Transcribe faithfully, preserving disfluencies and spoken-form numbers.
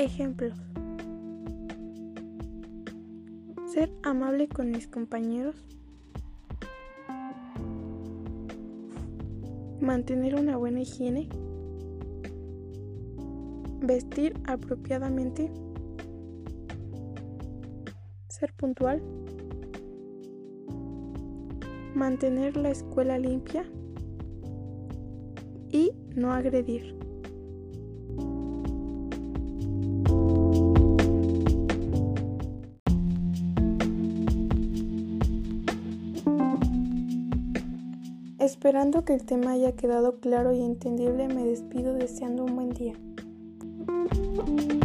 Ejemplos: ser amable con mis compañeros, mantener una buena higiene, vestir apropiadamente, ser puntual, mantener la escuela limpia y no agredir. Esperando que el tema haya quedado claro y entendible, me despido deseando un buen día.